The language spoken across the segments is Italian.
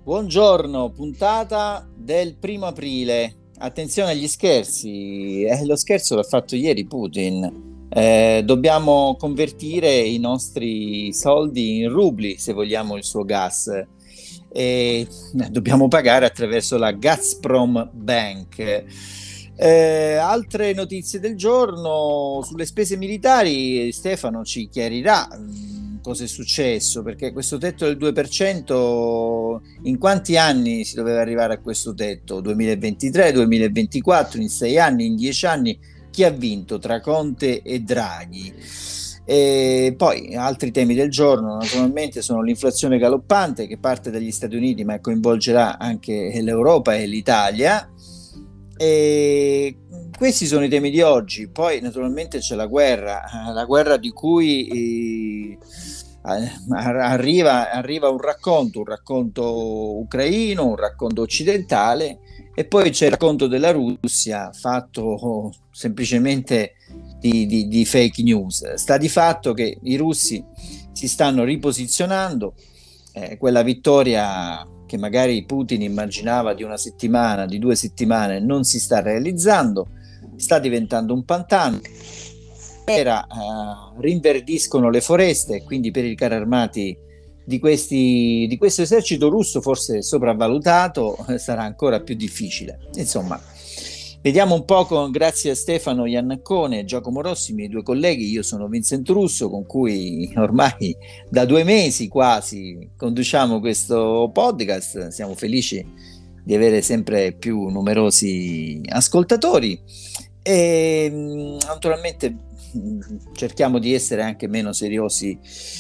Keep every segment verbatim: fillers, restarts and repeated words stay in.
Buongiorno, puntata del primo aprile. Attenzione agli scherzi, eh, lo scherzo l'ha fatto ieri Putin. Eh, dobbiamo convertire i nostri soldi in rubli se vogliamo il suo gas. E dobbiamo pagare attraverso la Gazprom Bank. Eh, altre notizie del giorno sulle spese militari, Stefano ci chiarirà cosa è successo, perché questo tetto del due per cento, in quanti anni si doveva arrivare a questo tetto? duemilaventitré, duemilaventiquattro, in sei anni, in dieci anni? Chi ha vinto tra Conte e Draghi? E poi altri temi del giorno naturalmente sono l'inflazione galoppante che parte dagli Stati Uniti ma coinvolgerà anche l'Europa e l'Italia. E questi sono i temi di oggi. Poi naturalmente c'è la guerra, la guerra di cui eh, arriva, arriva un racconto, un racconto ucraino, un racconto occidentale, e poi c'è il racconto della Russia fatto semplicemente di, di, di fake news. Sta di fatto che i russi si stanno riposizionando, eh, quella vittoria che magari Putin immaginava di una settimana, di due settimane, non si sta realizzando, sta diventando un pantano. Era, uh, rinverdiscono le foreste, e quindi per i carri armati di, questi, di questo esercito russo, forse sopravvalutato, eh, sarà ancora più difficile. Insomma, vediamo un po', con, grazie a Stefano Iannaccone e Giacomo Rossi, i miei due colleghi. Io sono Vincent Russo, con cui ormai da due mesi quasi conduciamo questo podcast. Siamo felici di avere sempre più numerosi ascoltatori e naturalmente cerchiamo di essere anche meno seriosi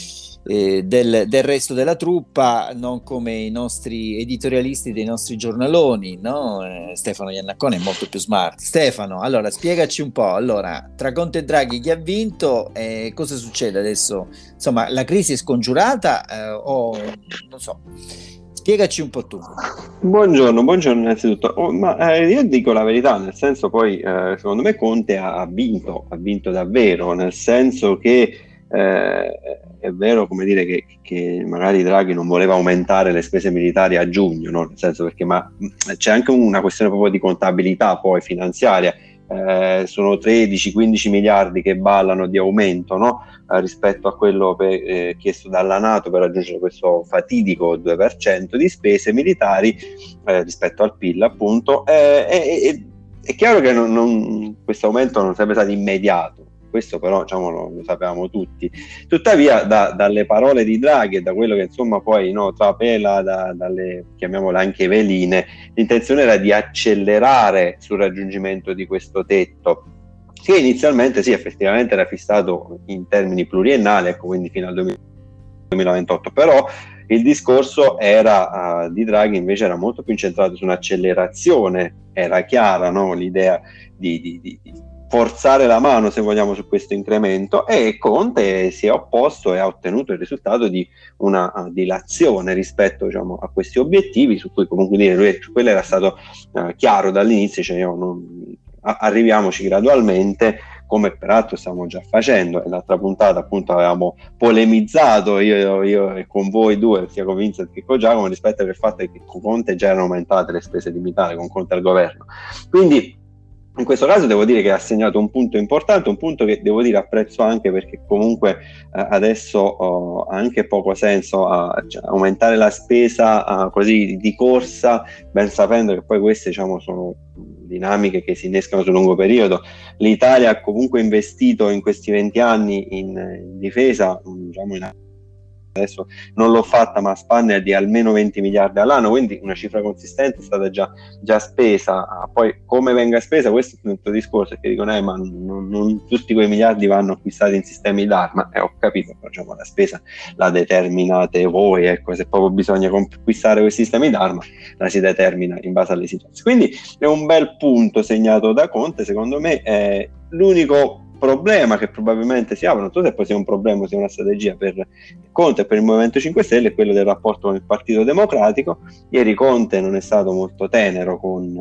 eh, del, del resto della truppa, non come i nostri editorialisti dei nostri giornaloni, no? Eh, Stefano Iannaccone è molto più smart. Stefano, allora spiegaci un po', allora, tra Conte e Draghi chi ha vinto e cosa succede adesso? Insomma, la crisi è scongiurata eh, o non so, spiegaci un po' tu. Buongiorno, buongiorno innanzitutto. Oh, ma eh, io dico la verità, nel senso poi eh, secondo me Conte ha, ha vinto, ha vinto davvero, nel senso che eh, è vero, come dire, che, che magari Draghi non voleva aumentare le spese militari a giugno, no? Nel senso perché ma c'è anche una questione proprio di contabilità poi finanziaria. Eh, sono tredici quindici miliardi che ballano di aumento, no? Eh, rispetto a quello per, eh, chiesto dalla NATO per raggiungere questo fatidico due per cento di spese militari eh, rispetto al P I L, appunto. Eh, eh, è chiaro che non, non, questo aumento non sarebbe stato immediato, questo però diciamo, lo, lo sapevamo tutti. Tuttavia da, dalle parole di Draghi e da quello che insomma poi no, trapela da, dalle, chiamiamole anche veline, l'intenzione era di accelerare sul raggiungimento di questo tetto, che inizialmente sì, effettivamente era fissato in termini pluriennali, ecco, quindi fino al duemilaventotto, però il discorso era uh, di Draghi invece era molto più incentrato su un'accelerazione, era chiara, no? L'idea di, di, di, di forzare la mano, se vogliamo, su questo incremento, e Conte si è opposto e ha ottenuto il risultato di una uh, dilazione rispetto, diciamo, a questi obiettivi, su cui comunque dire lui, quello era stato uh, chiaro dall'inizio, cioè io non, a, arriviamoci gradualmente, come peraltro stiamo già facendo. E l'altra puntata appunto avevamo polemizzato io, io e con voi due, sia con Vincent che con Giacomo, rispetto al fatto che con Conte già erano aumentate le spese limitate con Conte al governo. Quindi in questo caso devo dire che ha segnato un punto importante, un punto che devo dire apprezzo anche perché comunque eh, adesso oh, ha anche poco senso uh, cioè, aumentare la spesa uh, così di corsa, ben sapendo che poi queste, diciamo, sono dinamiche che si innescano sul lungo periodo. L'Italia ha comunque investito in questi venti anni in, in difesa, diciamo in adesso non l'ho fatta, ma spanne di almeno venti miliardi all'anno, quindi una cifra consistente è stata già, già spesa. Ah, poi come venga spesa, questo è un altro discorso, che dicono eh, ma non, non tutti quei miliardi vanno acquistati in sistemi d'arma, eh, ho capito, diciamo, la spesa la determinate voi, ecco, se proprio bisogna conquistare quei sistemi d'arma la si determina in base alle situazioni. Quindi è un bel punto segnato da Conte, secondo me. È l'unico problema che probabilmente si apre, non so se poi sia un problema o sia una strategia per Conte e per il Movimento cinque Stelle, è quello del rapporto con il Partito Democratico. Ieri Conte non è stato molto tenero con,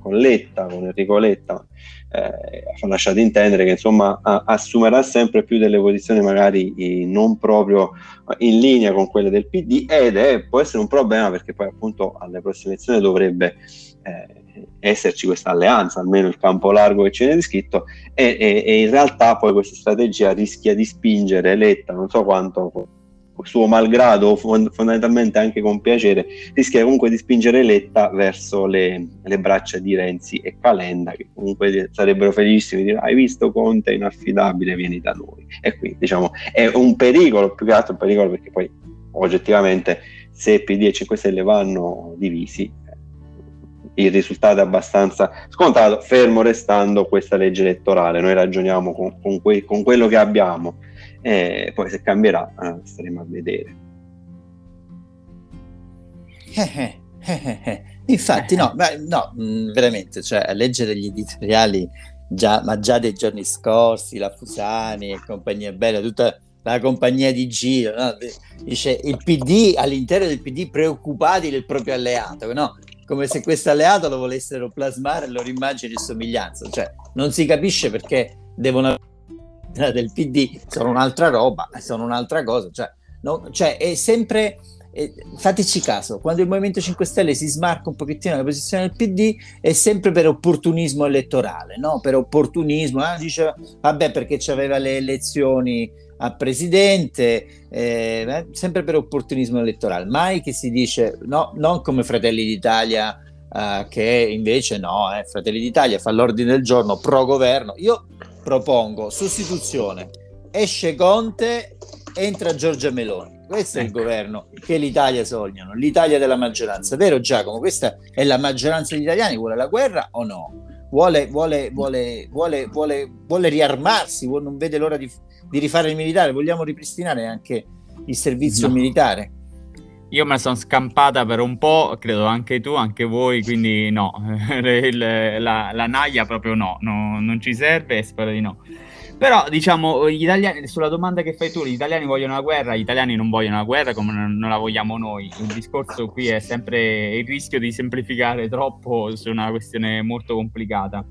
con Letta, con Enrico Letta, eh, ha lasciato intendere che insomma a, assumerà sempre più delle posizioni magari in, non proprio in linea con quelle del P D, ed è, può essere un problema perché poi appunto alle prossime elezioni dovrebbe eh, esserci questa alleanza, almeno il campo largo che ce n'è descritto, e, e, e in realtà poi questa strategia rischia di spingere Letta, non so quanto suo malgrado o fondamentalmente anche con piacere, rischia comunque di spingere Letta verso le, le braccia di Renzi e Calenda, che comunque sarebbero felicissimi di dire hai visto Conte è inaffidabile, vieni da noi. E quindi diciamo è un pericolo, più che altro un pericolo, perché poi oggettivamente se P D e cinque Stelle vanno divisi il risultato è abbastanza scontato, fermo restando questa legge elettorale. Noi ragioniamo con, con, que- con quello che abbiamo, e poi se cambierà eh, staremo a vedere. Eh, eh, eh, infatti no, ma, no mh, veramente, cioè a leggere gli editoriali già, ma già dei giorni scorsi, la Fusani e compagnia bella, tutta la compagnia di giro, no? Dice il P D, all'interno del P D preoccupati del proprio alleato, no? Come se questo alleato lo volessero plasmare loro immagini e somiglianza, cioè non si capisce perché devono del P D, sono un'altra roba, sono un'altra cosa, cioè, no, cioè è sempre, eh, fateci caso, quando il Movimento cinque Stelle si smarca un pochettino dalla posizione del P D è sempre per opportunismo elettorale, no? Per opportunismo, eh? Dice vabbè perché c'aveva le elezioni a presidente, eh, sempre per opportunismo elettorale, mai che si dice no, non come Fratelli d'Italia, eh, che invece no, eh, Fratelli d'Italia fa l'ordine del giorno pro governo. Io propongo sostituzione, esce Conte, entra Giorgia Meloni, questo è il governo che l'Italia sognano, l'Italia della maggioranza, vero Giacomo? Questa è la maggioranza degli italiani, vuole la guerra o no? Vuole, vuole, vuole, vuole, vuole, vuole riarmarsi, vuole, non vede l'ora di, di rifare il militare, vogliamo ripristinare anche il servizio no. militare. Io me la sono scampata per un po', credo anche tu, anche voi, quindi no, il, la, la naglia proprio no, no, non ci serve e spero di no. Però diciamo, gli italiani, sulla domanda che fai tu, gli italiani vogliono la guerra, gli italiani non vogliono la guerra come non, non la vogliamo noi. Il discorso qui è sempre il rischio di semplificare troppo su una questione molto complicata.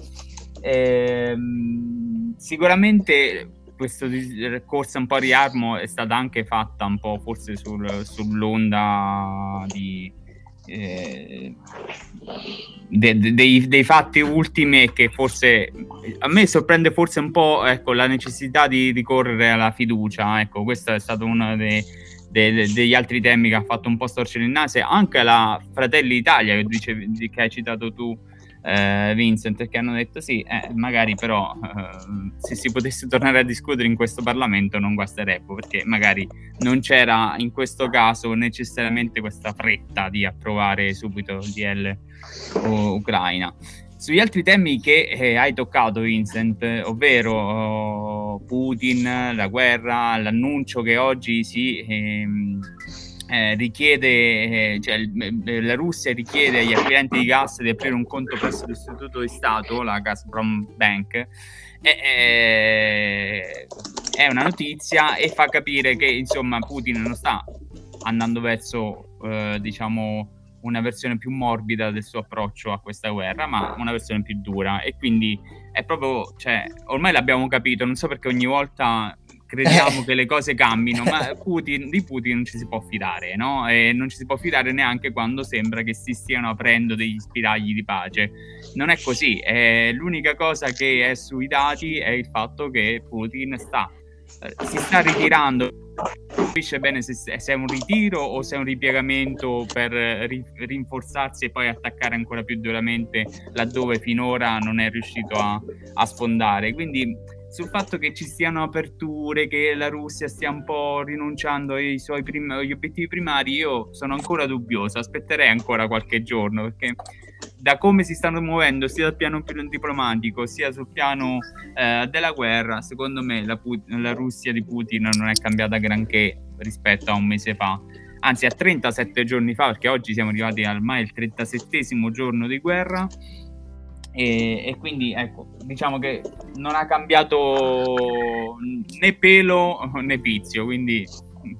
Ehm, sicuramente questa corsa un po' a riarmo è stata anche fatta un po' forse sul, sull'onda di, eh, de, de, dei, dei fatti ultimi, che forse a me sorprende forse un po', ecco, la necessità di ricorrere alla fiducia. Ecco, questo è stato uno dei, de, degli altri temi che ha fatto un po' storcere il naso anche la Fratelli d'Italia, che, dice, che hai citato tu, Uh, Vincent, che hanno detto sì, eh, magari però uh, se si potesse tornare a discutere in questo Parlamento non guasterebbe, perché magari non c'era in questo caso necessariamente questa fretta di approvare subito il D L Ucraina. Sugli altri temi che eh, hai toccato, Vincent, ovvero uh, Putin, la guerra, l'annuncio che oggi si ehm, Eh, richiede, eh, cioè la Russia richiede agli acquirenti di gas di aprire un conto presso l'istituto di Stato, la Gazprom Bank, e, eh, è una notizia e fa capire che insomma Putin non sta andando verso eh, diciamo una versione più morbida del suo approccio a questa guerra, ma una versione più dura, e quindi è proprio, cioè ormai l'abbiamo capito, non so perché ogni volta crediamo che le cose cambino, ma Putin, di Putin non ci si può fidare, no? E non ci si può fidare neanche quando sembra che si stiano aprendo degli spiragli di pace. Non è così, è l'unica cosa che è sui dati è il fatto che Putin sta si sta ritirando. Non capisce bene se, se è un ritiro o se è un ripiegamento per ri, rinforzarsi e poi attaccare ancora più duramente laddove finora non è riuscito a, a sfondare. Quindi sul fatto che ci siano aperture, che la Russia stia un po' rinunciando ai suoi prim- agli obiettivi primari, io sono ancora dubbioso, aspetterei ancora qualche giorno, perché da come si stanno muovendo sia dal piano diplomatico sia sul piano eh, della guerra, secondo me la, Put- la Russia di Putin non è cambiata granché rispetto a un mese fa, anzi a trentasette giorni fa, perché oggi siamo arrivati ormai al trentasettesimo giorno di guerra. E, e quindi ecco, diciamo che non ha cambiato né pelo né pizio, quindi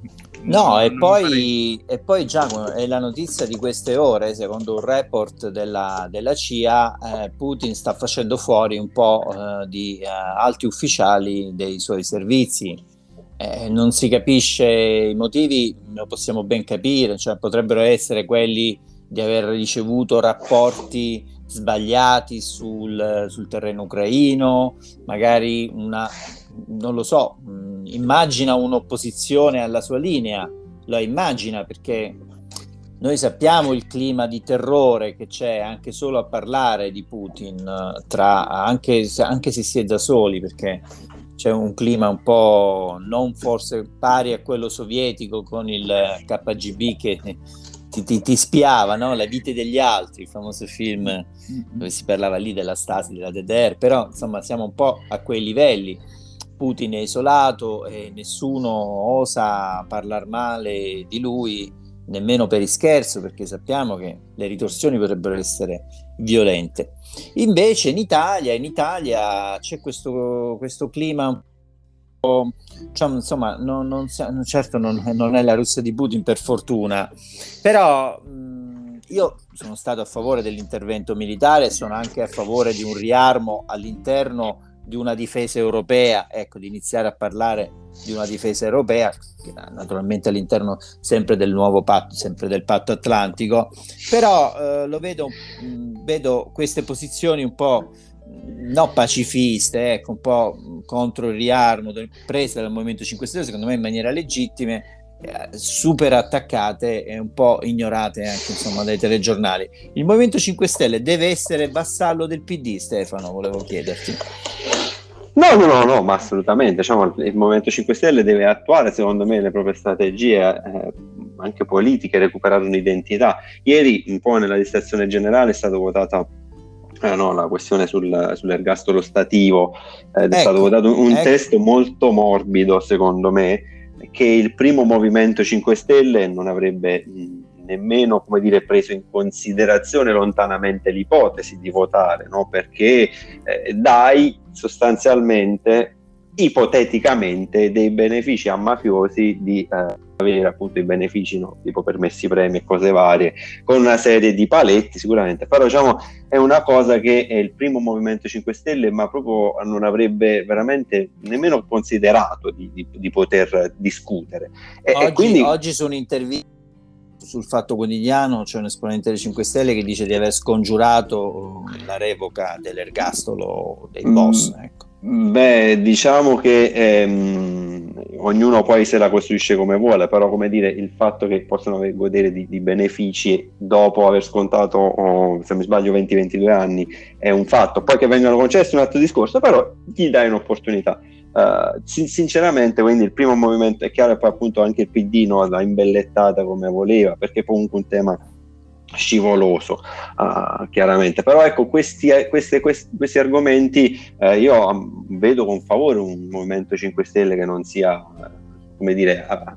No, non, e, non poi, farei... e poi Giacomo, è la notizia di queste ore, secondo un report della, della C I A, eh, Putin sta facendo fuori un po' eh, di eh, alti ufficiali dei suoi servizi. Eh, non si capisce i motivi, lo possiamo ben capire, cioè potrebbero essere quelli di aver ricevuto rapporti sbagliati sul, sul terreno ucraino, magari una, non lo so, mh, immagina un'opposizione alla sua linea, lo immagina, perché noi sappiamo il clima di terrore che c'è anche solo a parlare di Putin, tra, anche, anche se si è da soli, perché c'è un clima un po' non forse pari a quello sovietico, con il K G B che ti, ti, ti spiava, no? La vita degli altri, il famoso film dove si parlava lì della Stasi, della D D R, però insomma siamo un po' a quei livelli. Putin è isolato e nessuno osa parlare male di lui, nemmeno per ischerzo, perché sappiamo che le ritorsioni potrebbero essere violente. Invece in Italia, in Italia c'è questo, questo clima un po', diciamo, insomma, non, non, certo non, non è la Russia di Putin, per fortuna, però mh, io sono stato a favore dell'intervento militare, sono anche a favore di un riarmo all'interno di una difesa europea, ecco, di iniziare a parlare di una difesa europea, naturalmente all'interno sempre del nuovo patto, sempre del patto atlantico, però eh, lo vedo, mh, vedo queste posizioni un po' no pacifiste, ecco, un po' contro il riarmo prese dal Movimento cinque Stelle, secondo me in maniera legittima, eh, super attaccate e un po' ignorate anche, insomma, dai telegiornali. Il Movimento cinque Stelle deve essere vassallo del P D, Stefano, volevo chiederti. No, no, no, no, ma assolutamente. Diciamo, il Movimento cinque Stelle deve attuare, secondo me, le proprie strategie eh, anche politiche, recuperare un'identità. Ieri, un po' nella distrazione generale, è stata votata eh, no, la questione sul, sull'ergastolo stativo, ed è ecco, stato votato un ecco. testo molto morbido, secondo me, che il primo Movimento cinque Stelle non avrebbe mh, nemmeno, come dire, preso in considerazione lontanamente l'ipotesi di votare, no? Perché eh, dai sostanzialmente, ipoteticamente, dei benefici a mafiosi di eh, avere appunto i benefici, no? Tipo permessi premi e cose varie, con una serie di paletti sicuramente, però diciamo è una cosa che è il primo Movimento cinque Stelle ma proprio non avrebbe veramente nemmeno considerato di, di, di poter discutere. E, oggi, e quindi oggi su un'intervista sul Fatto Quotidiano c'è un esponente dei cinque Stelle che dice di aver scongiurato la revoca dell'ergastolo dei boss, ecco. Beh, diciamo che ehm, ognuno poi se la costruisce come vuole, però, come dire, il fatto che possano godere di, di benefici dopo aver scontato, oh, se mi sbaglio, venti ventidue anni è un fatto. Poi che vengano concessi è un altro discorso, però gli dai un'opportunità. Uh, sinceramente, quindi il primo Movimento, è chiaro, e poi appunto anche il P D no, l'ha imbellettata come voleva, perché è comunque un tema scivoloso, uh, chiaramente, però ecco, questi, questi, questi, questi argomenti eh, io um, vedo con favore un Movimento cinque Stelle che non sia, uh, come dire, uh,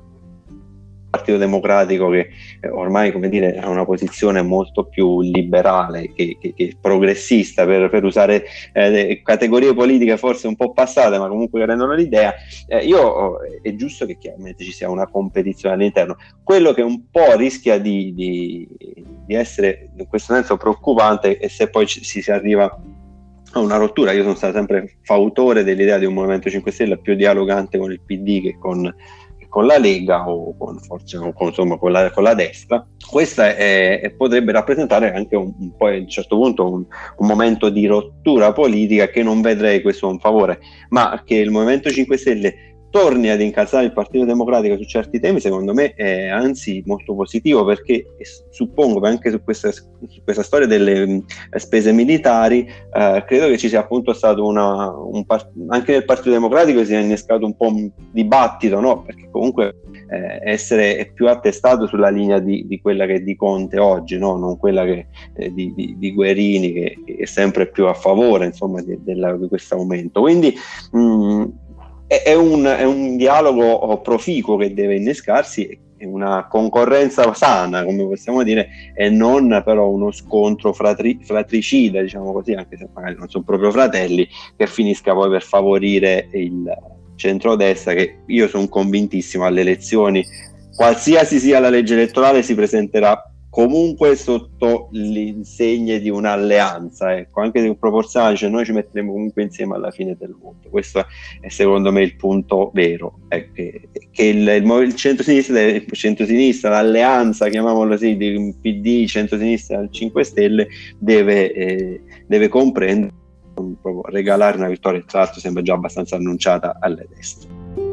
Partito Democratico, che eh, ormai, come dire, ha una posizione molto più liberale che, che, che progressista, per, per usare eh, categorie politiche forse un po' passate, ma comunque che rendono l'idea. Eh, io oh, è giusto che chiaramente ci sia una competizione all'interno. Quello che un po' rischia di, di, di essere in questo senso preoccupante è se poi ci, si arriva a una rottura. Io sono stato sempre fautore dell'idea di un Movimento cinque Stelle più dialogante con il P D che con con la Lega o con, forse, con, insomma, con, la, con la destra. Questa è, è, potrebbe rappresentare anche un, un po' a un certo punto un, un momento di rottura politica che non vedrei questo un favore, ma che il Movimento cinque Stelle torni ad incalzare il Partito Democratico su certi temi, secondo me è anzi molto positivo, perché suppongo che anche su questa, su questa storia delle mh, spese militari eh, credo che ci sia appunto stato una, un part- anche nel Partito Democratico si è innescato un po' un dibattito, no? Perché comunque eh, essere più attestato sulla linea di, di quella che è di Conte oggi, no? Non quella che, eh, di, di, di Guerini, che, che è sempre più a favore, insomma, di, della, di questo aumento. Quindi mh, È un, è un dialogo proficuo che deve innescarsi, è una concorrenza sana, come possiamo dire, e non però uno scontro fratri, fratricida, diciamo così, anche se magari non sono proprio fratelli, che finisca poi per favorire il centrodestra, che io sono convintissimo alle elezioni qualsiasi sia la legge elettorale si presenterà comunque sotto l'insegne di un'alleanza, ecco, anche se proporzionale, cioè noi ci metteremo comunque insieme alla fine del voto. Questo è secondo me il punto vero, è che, che il, il, il centro-sinistra, il centro-sinistra, l'alleanza, chiamiamolo così, di P D, centro-sinistra, cinque Stelle, deve, eh, deve comprendere, proprio regalare una vittoria, tra l'altro sembra già abbastanza annunciata, alle destre.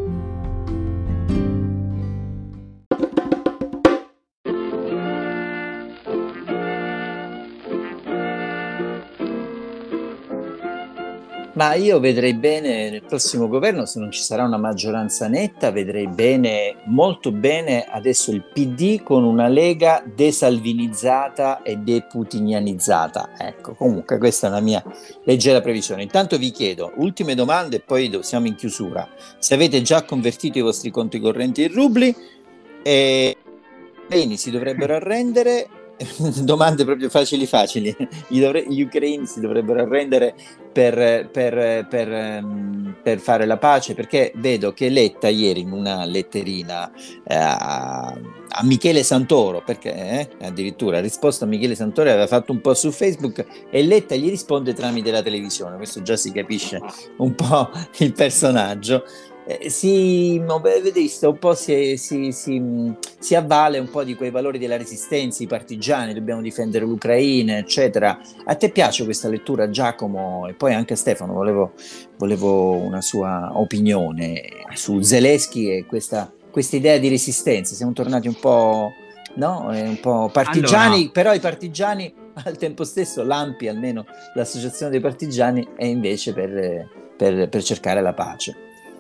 Ma io vedrei bene nel prossimo governo, se non ci sarà una maggioranza netta, vedrei bene, molto bene adesso il P D con una Lega desalvinizzata e deputinianizzata. Ecco, comunque questa è una mia leggera previsione. Intanto vi chiedo, ultime domande e poi siamo in chiusura. Se avete già convertito i vostri conti correnti in rubli, e i si dovrebbero arrendere. Domande proprio facili facili. Gli, dovre- gli ucraini si dovrebbero arrendere per, per, per, per fare la pace, perché vedo che Letta ieri in una letterina eh, a, a Michele Santoro, perché eh, addirittura ha risposto a Michele Santoro, aveva fatto un post su Facebook e Letta gli risponde tramite la televisione. Questo già si capisce un po' il personaggio. Eh, si, avete visto, un po' si, si, si, si avvale un po' di quei valori della resistenza, i partigiani, dobbiamo difendere l'Ucraina, eccetera. A te piace questa lettura, Giacomo? E poi anche a Stefano, volevo, volevo una sua opinione su Zelensky e questa questa idea di resistenza. Siamo tornati un po', no? un po' partigiani, allora, però i partigiani al tempo stesso, l'A M P I, almeno l'associazione dei partigiani, è invece per, per, per cercare la pace.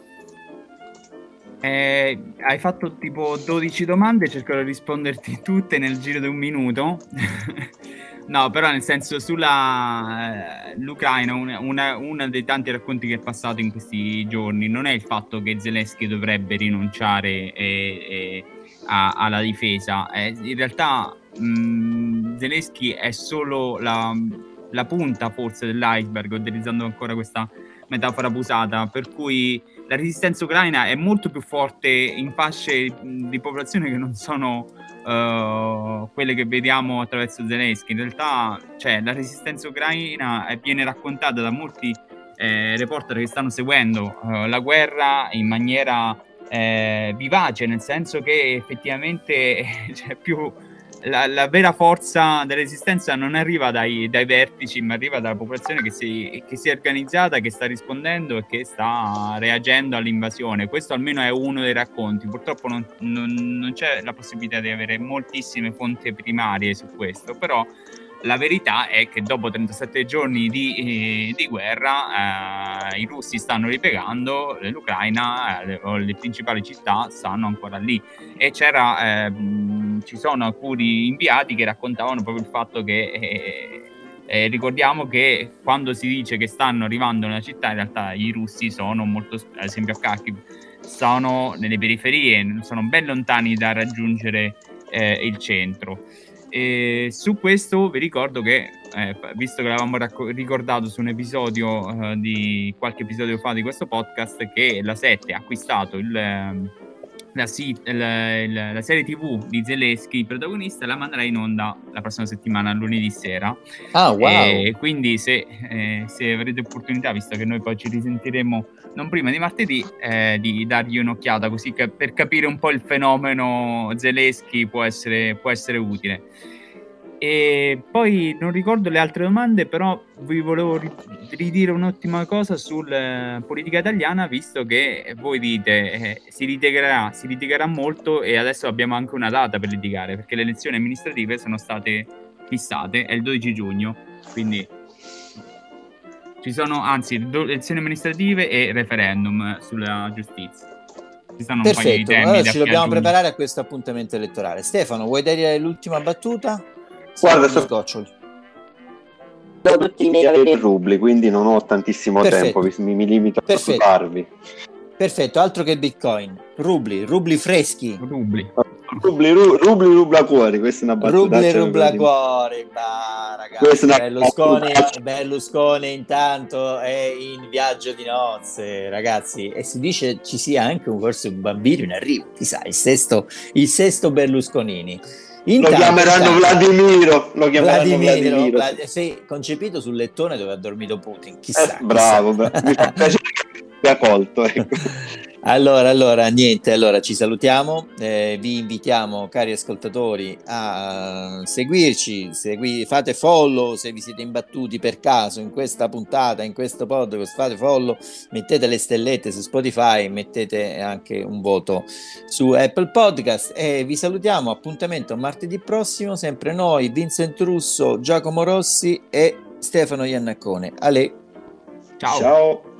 Eh, hai fatto tipo dodici domande, cercherò di risponderti tutte nel giro di un minuto. No, però nel senso, sulla eh, l'Ucraina, una, una, una dei tanti racconti che è passato in questi giorni non è il fatto che Zelensky dovrebbe rinunciare e, e, a, alla difesa. Eh, in realtà mh, Zelensky è solo la, la punta forse dell'iceberg, utilizzando ancora questa metafora abusata, per cui la resistenza ucraina è molto più forte in fasce di popolazione che non sono uh, quelle che vediamo attraverso Zelensky. In realtà, cioè, la resistenza ucraina viene raccontata da molti eh, reporter che stanno seguendo uh, la guerra in maniera eh, vivace, nel senso che effettivamente c'è più La, la vera forza della resistenza non arriva dai, dai vertici, ma arriva dalla popolazione che si, che si è organizzata, che sta rispondendo e che sta reagendo all'invasione. Questo almeno è uno dei racconti. Purtroppo non, non, non c'è la possibilità di avere moltissime fonti primarie su questo, però la verità è che dopo trentasette giorni di, eh, di guerra eh, i russi stanno ripiegando, l'Ucraina eh, o le principali città stanno ancora lì, e c'era eh, ci sono alcuni inviati che raccontavano proprio il fatto che eh, eh, ricordiamo che quando si dice che stanno arrivando nella città, in realtà i russi sono molto, ad esempio a Kharkiv, sono nelle periferie, sono ben lontani da raggiungere eh, il centro. E su questo vi ricordo che, eh, visto che l'avevamo racco- ricordato su un episodio uh, di qualche episodio fa di questo podcast, che la sette ha acquistato il, la, si- il, il, la serie tivù di Zelensky, il protagonista, la manderà in onda la prossima settimana, lunedì sera. Ah, wow! E quindi se, eh, se avrete opportunità, visto che noi poi ci risentiremo non prima di martedì, eh, di dargli un'occhiata, così che per capire un po' il fenomeno Zelensky può essere, può essere utile. E poi non ricordo le altre domande, però vi volevo ridire un'ottima cosa sulla politica italiana, visto che voi dite eh, si litigherà, si litigherà molto, e adesso abbiamo anche una data per litigare, perché le elezioni amministrative sono state fissate, è il dodici giugno, quindi ci sono, anzi, elezioni amministrative e referendum sulla giustizia. Ci stanno un paio di Perfetto, temi allora da ci dobbiamo aggiungere. preparare a questo appuntamento elettorale. Stefano, vuoi dare l'ultima battuta? Guarda, so... scoccioli. Tutti i miei rubli, quindi non ho tantissimo Perfetto. tempo, mi, mi limito a Perfetto. parlarvi. Perfetto, altro che Bitcoin. Rubli, rubli freschi. Rubli. Rubli, ru, rubli rubla cuori, questa è una battuta. Rubli rubla cuori, bah, ragazzi, Berlusconi, Berlusconi intanto è in viaggio di nozze, ragazzi, e si dice ci sia anche un, forse un bambino in arrivo, chissà, il sesto, il sesto Berlusconini. Intanto, lo chiameranno intanto, Vladimiro, lo chiameranno Vladimiro, Vladimiro. Vlad, sì, concepito sul lettone dove ha dormito Putin, chissà. Eh, bravo, chissà. mi fa piacere che mi abbia colto, ecco. Allora, allora, niente, allora ci salutiamo, eh, vi invitiamo, cari ascoltatori, a seguirci, segui, fate follow se vi siete imbattuti per caso in questa puntata, in questo podcast, fate follow, mettete le stellette su Spotify, mettete anche un voto su Apple Podcast e vi salutiamo, appuntamento a martedì prossimo, sempre noi, Vincent Russo, Giacomo Rossi e Stefano Iannaccone. Ale. Ciao. Ciao.